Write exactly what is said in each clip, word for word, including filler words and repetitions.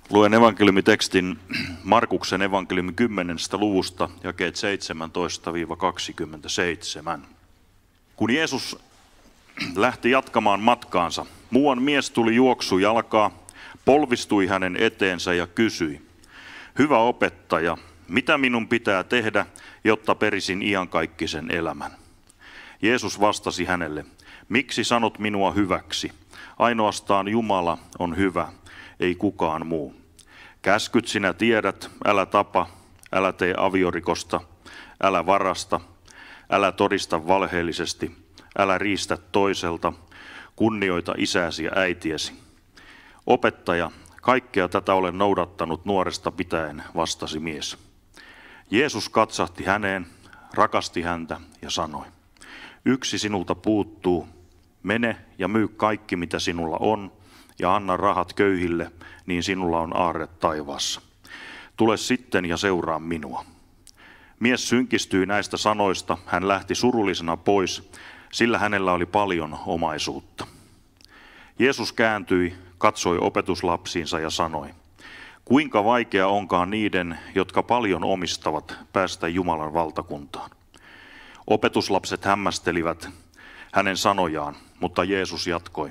Luen evankeliumitekstin Markuksen evankeliumin kymmenennestä luvusta, jakeet seitsemäntoista kaksikymmentäseitsemän. Kun Jeesus lähti jatkamaan matkaansa, muuan mies tuli juoksu jalkaa, polvistui hänen eteensä ja kysyi: "Hyvä opettaja, mitä minun pitää tehdä, jotta perisin iankaikkisen elämän?" Jeesus vastasi hänelle: "Miksi sanot minua hyväksi? Ainoastaan Jumala on hyvä, ei kukaan muu. Käskyt sinä tiedät: älä tapa, älä tee aviorikosta, älä varasta, älä todista valheellisesti, älä riistä toiselta, kunnioita isääsi ja äitiesi." "Opettaja, kaikkea tätä olen noudattanut nuoresta pitäen", vastasi mies. Jeesus katsahti häneen, rakasti häntä ja sanoi: "Yksi sinulta puuttuu. Mene ja myy kaikki, mitä sinulla on, ja anna rahat köyhille, niin sinulla on aarre taivaassa. Tule sitten ja seuraa minua." Mies synkistyi näistä sanoista, hän lähti surullisena pois, sillä hänellä oli paljon omaisuutta. Jeesus kääntyi, katsoi opetuslapsiinsa ja sanoi: "Kuinka vaikea onkaan niiden, jotka paljon omistavat, päästä Jumalan valtakuntaan?" Opetuslapset hämmästelivät hänen sanojaan, mutta Jeesus jatkoi: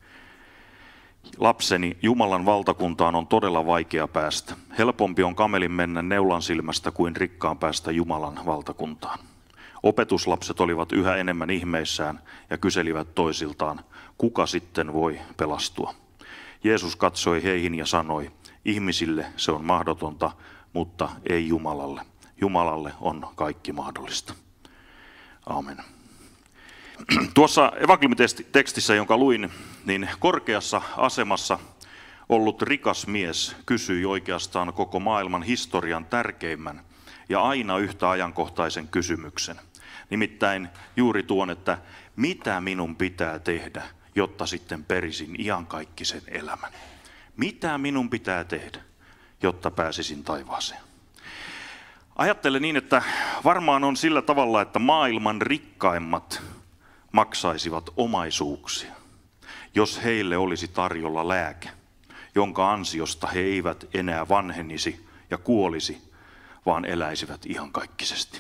"Lapseni, Jumalan valtakuntaan on todella vaikea päästä. Helpompi on kamelin mennä neulan silmästä kuin rikkaan päästä Jumalan valtakuntaan." Opetuslapset olivat yhä enemmän ihmeissään ja kyselivät toisiltaan: "Kuka sitten voi pelastua?" Jeesus katsoi heihin ja sanoi: "Ihmisille se on mahdotonta, mutta ei Jumalalle. Jumalalle on kaikki mahdollista." Aamen. Tuossa evankeliumitekstissä, jonka luin, niin korkeassa asemassa ollut rikas mies kysyi oikeastaan koko maailman historian tärkeimmän ja aina yhtä ajankohtaisen kysymyksen. Nimittäin juuri tuon, että mitä minun pitää tehdä, jotta sitten perisin iankaikkisen elämän. Mitä minun pitää tehdä, jotta pääsisin taivaaseen? Ajattelen niin, että varmaan on sillä tavalla, että maailman rikkaimmat maksaisivat omaisuuksia, jos heille olisi tarjolla lääke, jonka ansiosta he eivät enää vanhenisi ja kuolisi, vaan eläisivät iankaikkisesti.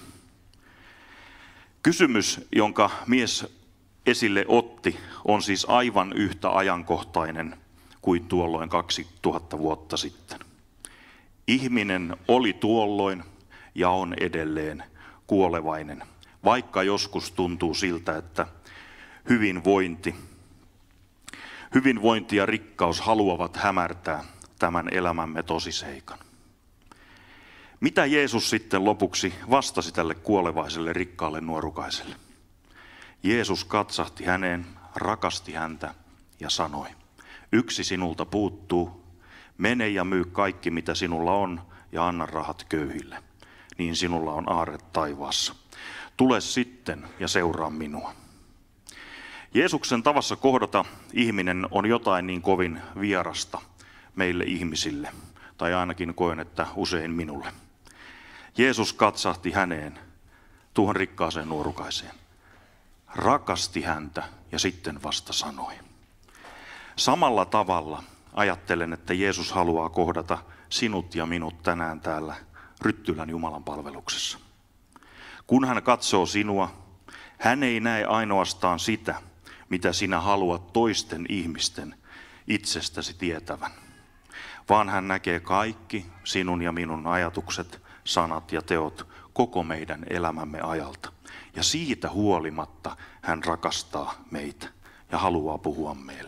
Kysymys, jonka mies esille otti, on siis aivan yhtä ajankohtainen kuin tuolloin kaksituhatta vuotta sitten. Ihminen oli tuolloin ja on edelleen kuolevainen, vaikka joskus tuntuu siltä, että hyvinvointi, hyvinvointi ja rikkaus haluavat hämärtää tämän elämämme tosiseikan. Mitä Jeesus sitten lopuksi vastasi tälle kuolevaiselle rikkaalle nuorukaiselle? Jeesus katsahti häneen, rakasti häntä ja sanoi: "Yksi sinulta puuttuu. Mene ja myy kaikki, mitä sinulla on, ja anna rahat köyhille, niin sinulla on aarre taivaassa. Tule sitten ja seuraa minua." Jeesuksen tavassa kohdata ihminen on jotain niin kovin vierasta meille ihmisille, tai ainakin koen, että usein minulle. Jeesus katsahti häneen, tuohon rikkaaseen nuorukaiseen, rakasti häntä ja sitten vasta sanoi. Samalla tavalla ajattelen, että Jeesus haluaa kohdata sinut ja minut tänään täällä Ryttylän Jumalan palveluksessa. Kun hän katsoo sinua, hän ei näe ainoastaan sitä, mitä sinä haluat toisten ihmisten itsestäsi tietävän, vaan hän näkee kaikki sinun ja minun ajatukset, sanat ja teot koko meidän elämämme ajalta. Ja siitä huolimatta hän rakastaa meitä ja haluaa puhua meille.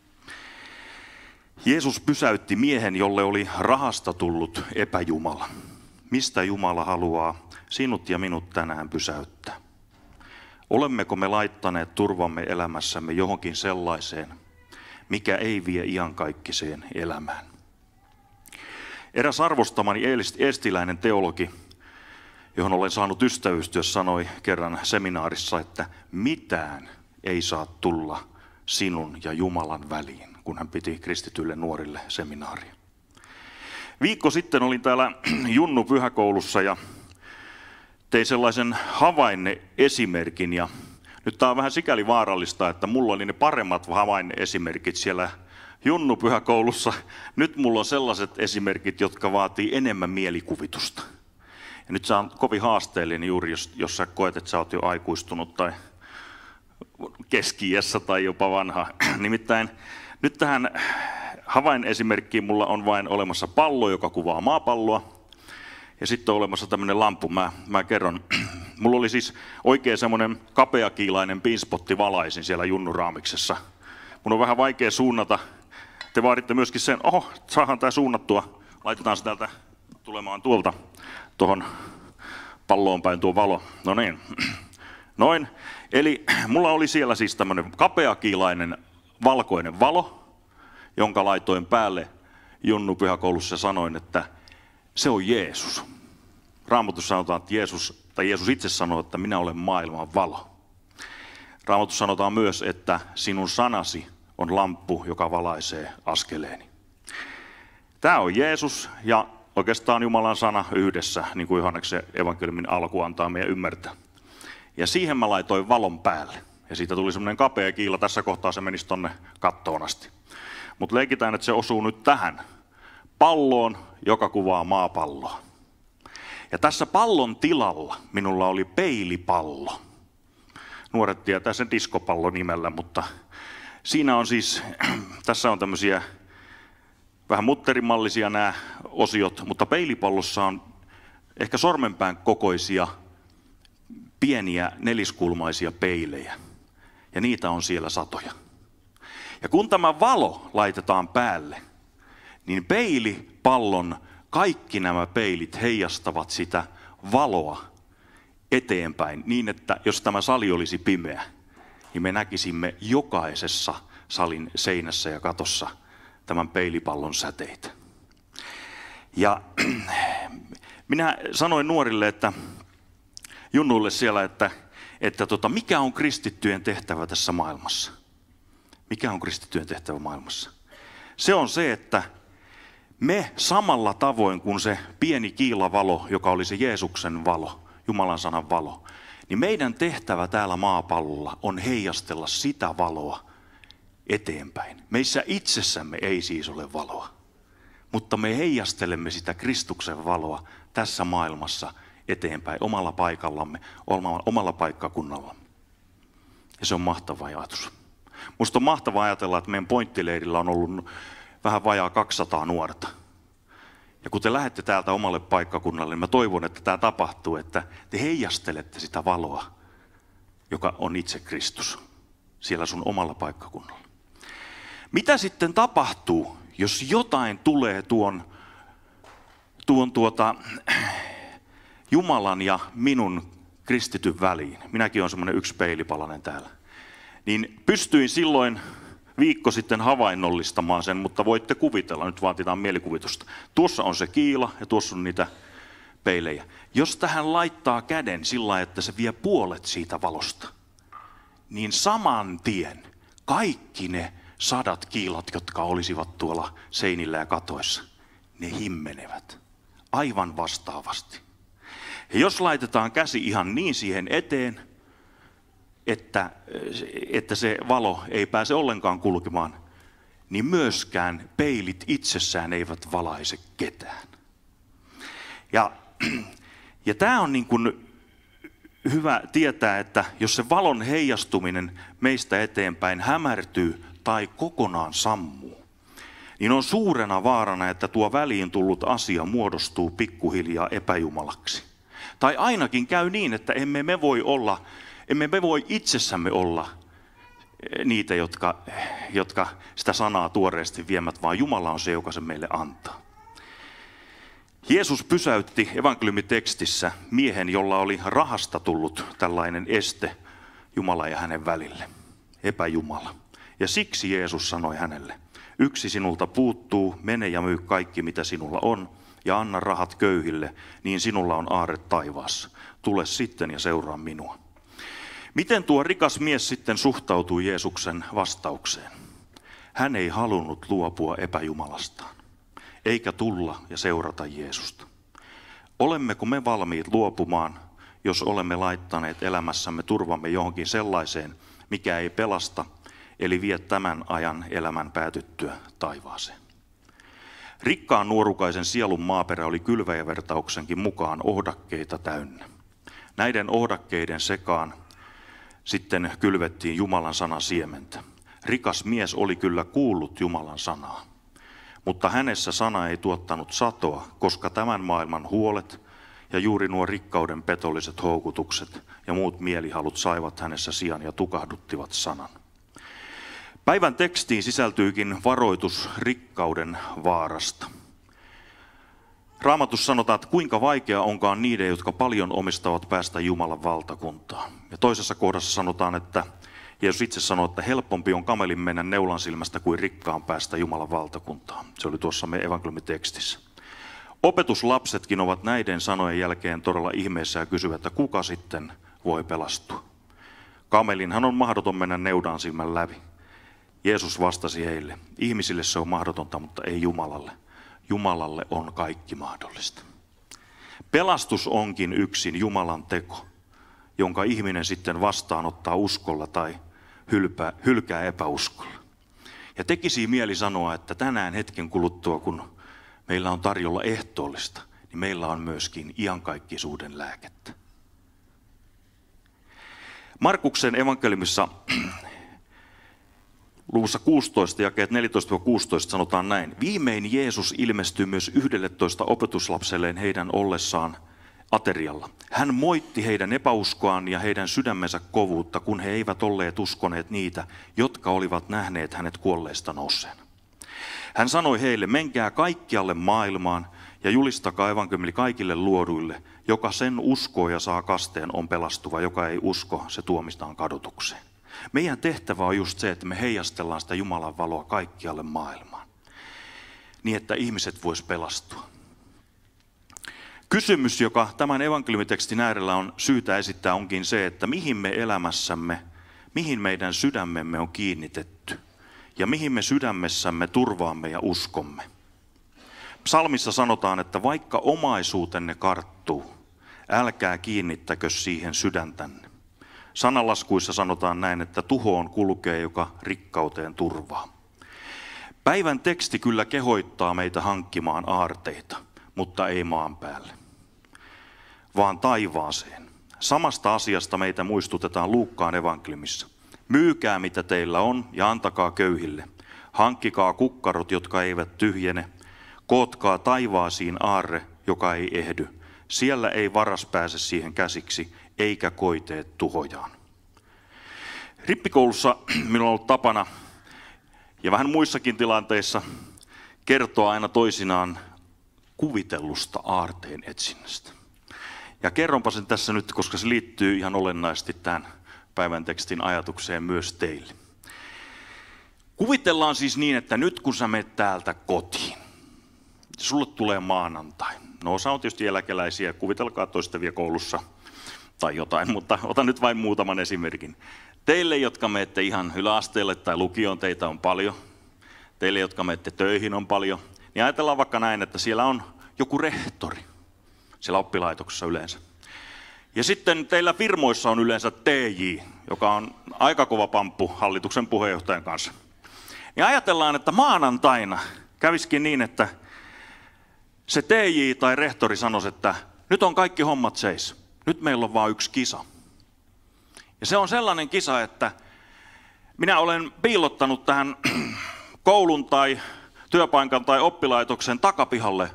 Jeesus pysäytti miehen, jolle oli rahasta tullut epäjumala. Mistä Jumala haluaa sinut ja minut tänään pysäyttää? Olemmeko me laittaneet turvamme elämässämme johonkin sellaiseen, mikä ei vie iankaikkiseen elämään? Eräs arvostamani eestiläinen teologi, johon olen saanut ystävystyä, sanoi kerran seminaarissa, että mitään ei saa tulla sinun ja Jumalan väliin, kun hän piti kristityille nuorille seminaaria. Viikko sitten olin täällä Junnu pyhäkoulussa ja tein sellaisen havainneesimerkin, ja nyt tämä on vähän sikäli vaarallista, että mulla oli ne paremmat havainneesimerkit siellä junnupyhäkoulussa, nyt mulla on sellaiset esimerkit, jotka vaatii enemmän mielikuvitusta. Ja nyt se on kovin haasteellinen juuri, jos, jos sä koet, että sä oot jo aikuistunut tai keski-iässä tai jopa vanha. Nimittäin nyt tähän havainesimerkkiin mulla on vain olemassa pallo, joka kuvaa maapalloa. Ja sitten on olemassa tämmöinen lampu. Mä, mä kerron. Mulla oli siis oikein semmoinen kapeakiilainen pinspotti valaisin siellä junnuraamiksessa. Mun on vähän vaikea suunnata. Te vaaditte myöskin sen, oho, saadaan tää suunnattua. Laitetaan se täältä tulemaan tuolta tuohon palloon päin tuo valo. No niin. Noin. Eli mulla oli siellä siis tämmöinen kapeakiilainen valkoinen valo, jonka laitoin päälle junnupyhäkoulussa ja sanoin, että se on Jeesus. Raamatussa sanotaan, että Jeesus, tai Jeesus itse sanoo, että minä olen maailman valo. Raamatussa sanotaan myös, että sinun sanasi on lamppu, joka valaisee askeleeni. Tämä on Jeesus ja oikeastaan Jumalan sana yhdessä, niin kuin Johanneksen evankeliumin alku antaa meidän ymmärtää. Ja siihen mä laitoin valon päälle. Ja siitä tuli semmoinen kapea kiila. Tässä kohtaa se menisi tonne kattoon asti. Mutta leikitään, että se osuu nyt tähän palloon, joka kuvaa maapalloa. Ja tässä pallon tilalla minulla oli peilipallo. Nuoret tietää sen diskopallo nimellä, mutta siinä on siis, tässä on tämmöisiä vähän mutterimallisia nämä osiot, mutta peilipallossa on ehkä sormenpään kokoisia pieniä neliskulmaisia peilejä. Ja niitä on siellä satoja. Ja kun tämä valo laitetaan päälle, niin peilipallon kaikki nämä peilit heijastavat sitä valoa eteenpäin niin, että jos tämä sali olisi pimeä, niin me näkisimme jokaisessa salin seinässä ja katossa tämän peilipallon säteitä. Ja minä sanoin nuorille, että junnuille siellä, että, että tota, mikä on kristittyjen tehtävä tässä maailmassa? Mikä on kristittyjen tehtävä maailmassa? Se on se, että me samalla tavoin kuin se pieni kiilavalo, joka oli se Jeesuksen valo, Jumalan sanan valo, niin meidän tehtävä täällä maapallolla on heijastella sitä valoa eteenpäin. Meissä itsessämme ei siis ole valoa, mutta me heijastelemme sitä Kristuksen valoa tässä maailmassa eteenpäin omalla paikallamme, omalla paikkakunnallamme. Ja se on mahtava ajatus. Musta on mahtavaa ajatella, että meidän pointtileirillä on ollut vähän vajaa kaksisataa nuorta. Ja kun te lähdette täältä omalle paikkakunnalle, niin mä toivon, että tämä tapahtuu, että te heijastelette sitä valoa, joka on itse Kristus, siellä sun omalla paikkakunnalla. Mitä sitten tapahtuu, jos jotain tulee tuon, tuon tuota, Jumalan ja minun kristityn väliin? Minäkin olen semmoinen yksi peilipalanen täällä. Niin pystyin silloin viikko sitten havainnollistamaan sen, mutta voitte kuvitella, nyt vaatitaan mielikuvitusta. Tuossa on se kiila ja tuossa on niitä peilejä. Jos tähän laittaa käden sillä lailla, että se vie puolet siitä valosta, niin saman tien kaikki ne sadat kiilat, jotka olisivat tuolla seinillä ja katoissa, ne himmenevät aivan vastaavasti. Ja jos laitetaan käsi ihan niin siihen eteen, Että, että se valo ei pääse ollenkaan kulkemaan, niin myöskään peilit itsessään eivät valaise ketään. Ja, ja tämä on niin kuin hyvä tietää, että jos se valon heijastuminen meistä eteenpäin hämärtyy tai kokonaan sammuu, niin on suurena vaarana, että tuo väliin tullut asia muodostuu pikkuhiljaa epäjumalaksi. Tai ainakin käy niin, että emme me voi olla Emme me voi itsessämme olla niitä, jotka, jotka sitä sanaa tuoreesti viemät, vaan Jumala on se, joka sen meille antaa. Jeesus pysäytti evankeliumitekstissä miehen, jolla oli rahasta tullut tällainen este Jumala ja hänen välille, epäjumala. Ja siksi Jeesus sanoi hänelle, yksi sinulta puuttuu, mene ja myy kaikki mitä sinulla on ja anna rahat köyhille, niin sinulla on aarre taivaassa. Tule sitten ja seuraa minua. Miten tuo rikas mies sitten suhtautui Jeesuksen vastaukseen? Hän ei halunnut luopua epäjumalastaan, eikä tulla ja seurata Jeesusta. Olemmeko me valmiit luopumaan, jos olemme laittaneet elämässämme turvamme johonkin sellaiseen, mikä ei pelasta, eli vie tämän ajan elämän päätyttyä taivaaseen. Rikkaan nuorukaisen sielun maaperä oli kylväjävertauksenkin mukaan ohdakkeita täynnä. Näiden ohdakkeiden sekaan sitten kylvettiin Jumalan sanan siementä. Rikas mies oli kyllä kuullut Jumalan sanaa, mutta hänessä sana ei tuottanut satoa, koska tämän maailman huolet ja juuri nuo rikkauden petolliset houkutukset ja muut mielihalut saivat hänessä sijan ja tukahduttivat sanan. Päivän tekstiin sisältyykin varoitus rikkauden vaarasta. Raamatussa sanotaan, että kuinka vaikea onkaan niiden, jotka paljon omistavat päästä Jumalan valtakuntaan. Ja toisessa kohdassa sanotaan, että Jeesus itse sanoi, että helpompi on kamelin mennä neulan silmästä kuin rikkaan päästä Jumalan valtakuntaan. Se oli tuossa meidän evankeliumitekstissä. Opetuslapsetkin ovat näiden sanojen jälkeen todella ihmeessä ja kysyvät, että kuka sitten voi pelastua. Kamelinhan on mahdoton mennä neudan silmän läpi. Jeesus vastasi heille, ihmisille se on mahdotonta, mutta ei Jumalalle. Jumalalle on kaikki mahdollista. Pelastus onkin yksin Jumalan teko, jonka ihminen sitten vastaanottaa uskolla tai hylpää, hylkää epäuskolla. Ja tekisi mieli sanoa, että tänään hetken kuluttua, kun meillä on tarjolla ehtoollista, niin meillä on myöskin iankaikkisuuden lääkettä. Markuksen evankeliumissa luvussa kuusitoista, jakeet neljätoista kuusitoista sanotaan näin. Viimein Jeesus ilmestyi myös yhdelletoista opetuslapselleen heidän ollessaan aterialla. Hän moitti heidän epäuskoaan ja heidän sydämensä kovuutta, kun he eivät olleet uskoneet niitä, jotka olivat nähneet hänet kuolleista nousseen. Hän sanoi heille, menkää kaikkialle maailmaan ja julistakaa evankeliumi kaikille luoduille. Joka sen uskoo ja saa kasteen on pelastuva, joka ei usko, se tuomitaan kadotukseen. Meidän tehtävä on just se, että me heijastellaan sitä Jumalan valoa kaikkialle maailmaan, niin että ihmiset vois pelastua. Kysymys, joka tämän evankeliumitekstin äärellä on syytä esittää, onkin se, että mihin me elämässämme, mihin meidän sydämemme on kiinnitetty ja mihin me sydämessämme turvaamme ja uskomme. Psalmissa sanotaan, että vaikka omaisuutenne karttuu, älkää kiinnittäkö siihen sydäntänne. Sananlaskuissa sanotaan näin, että tuhoon kulkee, joka rikkauteen turvaa. Päivän teksti kyllä kehoittaa meitä hankkimaan aarteita, mutta ei maan päälle, vaan taivaaseen. Samasta asiasta meitä muistutetaan Luukkaan evankeliumissa. Myykää mitä teillä on ja antakaa köyhille. Hankkikaa kukkarot, jotka eivät tyhjene. Kootkaa taivaasiin aarre, joka ei ehdy. Siellä ei varas pääse siihen käsiksi, eikä koiteet tuhojaan. Rippikoulussa minulla on ollut tapana, ja vähän muissakin tilanteissa, kertoa aina toisinaan kuvitellusta aarteen etsinnästä. Ja kerronpa sen tässä nyt, koska se liittyy ihan olennaisesti tähän päivän tekstin ajatukseen myös teille. Kuvitellaan siis niin, että nyt kun sä menet täältä kotiin, sulle tulee maanantai. No osa on tietysti eläkeläisiä, kuvitelkaa toista vielä koulussa tai jotain, mutta otan nyt vain muutaman esimerkin. Teille, jotka menette ihan yläasteelle tai lukioon, teitä on paljon. Teille, jotka menette töihin, on paljon. Niin ajatellaan vaikka näin, että siellä on joku rehtori, siellä oppilaitoksessa yleensä. Ja sitten teillä firmoissa on yleensä T J, joka on aika kova pamppu hallituksen puheenjohtajan kanssa. Ja ajatellaan, että maanantaina kävisikin niin, että se T J tai rehtori sanoisi, että nyt on kaikki hommat seis. Nyt meillä on vain yksi kisa. Ja se on sellainen kisa, että minä olen piilottanut tähän koulun tai työpaikan tai oppilaitoksen takapihalle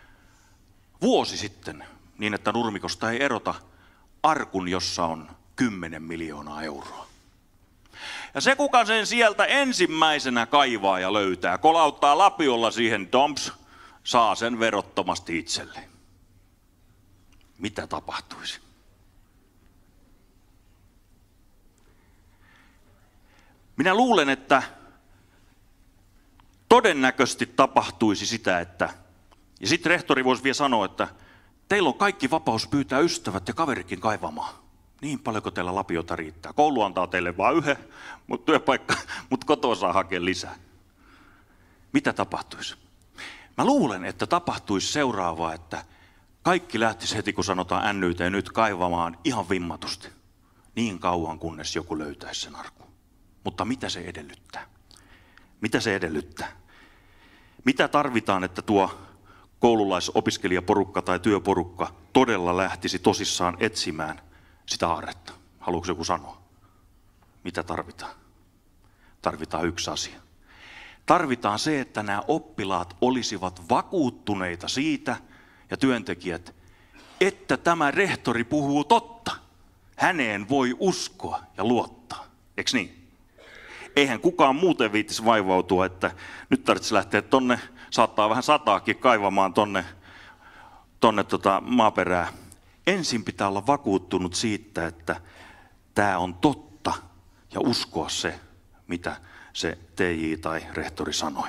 vuosi sitten, niin että nurmikosta ei erota arkun, jossa on kymmenen miljoonaa euroa. Ja se, kuka sen sieltä ensimmäisenä kaivaa ja löytää, kolauttaa lapiolla siihen domps, saa sen verottomasti itselleen. Mitä tapahtuisi? Minä luulen, että todennäköisesti tapahtuisi sitä, että, ja sitten rehtori voisi vielä sanoa, että teillä on kaikki vapaus pyytää ystävät ja kaverikin kaivamaan. Niin paljonko teillä lapiota riittää. Koulu antaa teille vain yhden, mutta työpaikka, mutta kotoa saa hakea lisää. Mitä tapahtuisi? Mä luulen, että tapahtuisi seuraavaa, että kaikki lähtisi heti, kun sanotaan N Y T nyt kaivamaan ihan vimmatusti. Niin kauan, kunnes joku löytäisi sen arkun. Mutta mitä se edellyttää? Mitä se edellyttää? Mitä tarvitaan, että tuo koululaisopiskelijaporukka tai työporukka todella lähtisi tosissaan etsimään sitä aarretta? Haluatko joku sanoa? Mitä tarvitaan? Tarvitaan yksi asia. Tarvitaan se, että nämä oppilaat olisivat vakuuttuneita siitä ja työntekijät, että tämä rehtori puhuu totta. Häneen voi uskoa ja luottaa. Eikö niin? Eihän kukaan muuten viittisi vaivautua, että nyt tarvitsisi lähteä tonne, saattaa vähän sataakin kaivamaan tonne, tonne tota maaperää. Ensin pitää olla vakuuttunut siitä, että tämä on totta ja uskoa se, mitä se T J tai rehtori sanoi.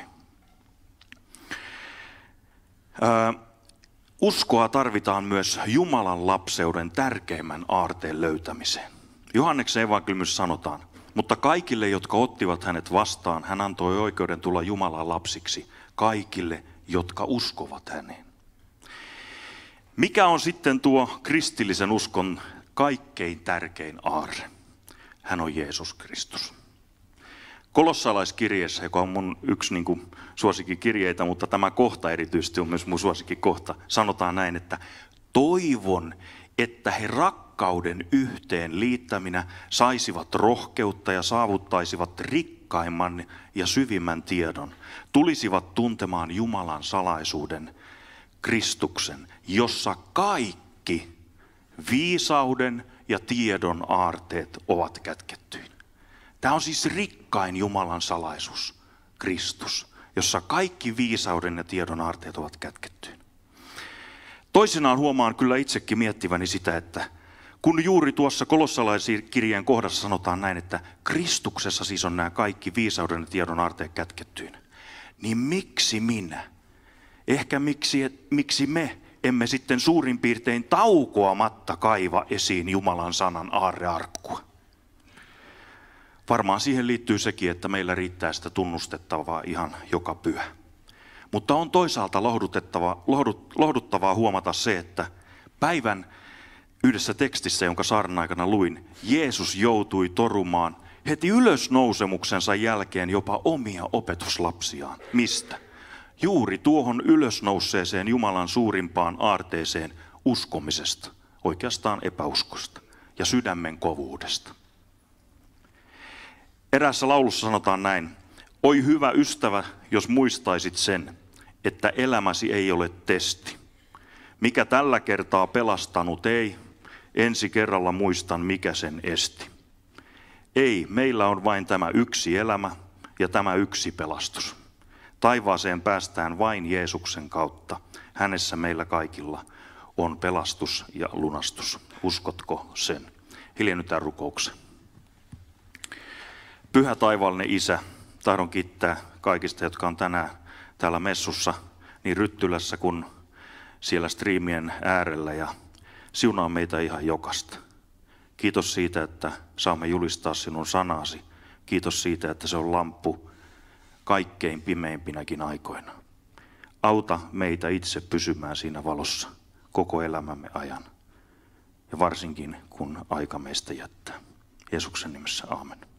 Öö, uskoa tarvitaan myös Jumalan lapseuden tärkeimmän aarteen löytämiseen. Johanneksen evankeliumissa sanotaan, mutta kaikille, jotka ottivat hänet vastaan, hän antoi oikeuden tulla Jumalan lapsiksi, kaikille, jotka uskovat häneen. Mikä on sitten tuo kristillisen uskon kaikkein tärkein aarre? Hän on Jeesus Kristus. Kolossalaiskirjeessä, joka on mun yksi niin kuin suosikkikirjeitä, mutta tämä kohta erityisesti on myös mun suosikkikohta, sanotaan näin, että toivon, että he rakkauden yhteen liittäminä saisivat rohkeutta ja saavuttaisivat rikkaimman ja syvimmän tiedon, tulisivat tuntemaan Jumalan salaisuuden, Kristuksen, jossa kaikki viisauden ja tiedon aarteet ovat kätkettyinä. Tämä on siis rikkain Jumalan salaisuus, Kristus, jossa kaikki viisauden ja tiedon aarteet ovat kätkettyinä. Toisinaan huomaan kyllä itsekin miettiväni sitä, että kun juuri tuossa kolossalaiskirjeen kohdassa sanotaan näin, että Kristuksessa siis on nämä kaikki viisauden ja tiedon aarteet kätkettyinä, niin miksi minä? Ehkä miksi, miksi me emme sitten suurin piirtein taukoamatta kaiva esiin Jumalan sanan aarrearkkua? Varmaan siihen liittyy sekin, että meillä riittää sitä tunnustettavaa ihan joka pyhä. Mutta on toisaalta lohdutettava, lohdut, lohduttavaa huomata se, että päivän yhdessä tekstissä, jonka saarnan aikana luin, Jeesus joutui torumaan heti ylösnousemuksensa jälkeen jopa omia opetuslapsiaan. Mistä? Juuri tuohon ylösnouseeseen Jumalan suurimpaan aarteeseen uskomisesta, oikeastaan epäuskosta ja sydämen kovuudesta. Eräässä laulussa sanotaan näin, oi hyvä ystävä, jos muistaisit sen, että elämäsi ei ole testi. Mikä tällä kertaa pelastanut ei, ensi kerralla muistan mikä sen esti. Ei, meillä on vain tämä yksi elämä ja tämä yksi pelastus. Taivaaseen päästään vain Jeesuksen kautta. Hänessä meillä kaikilla on pelastus ja lunastus. Uskotko sen? Hiljennytään rukouksen. Pyhä taivaallinen Isä, tahdon kiittää kaikista, jotka on tänään täällä messussa, niin Ryttylässä kuin siellä striimien äärellä, ja siunaa meitä ihan jokasta. Kiitos siitä, että saamme julistaa sinun sanasi. Kiitos siitä, että se on lamppu kaikkein pimeimpinäkin aikoina. Auta meitä itse pysymään siinä valossa koko elämämme ajan, ja varsinkin kun aika meistä jättää. Jeesuksen nimessä, aamen.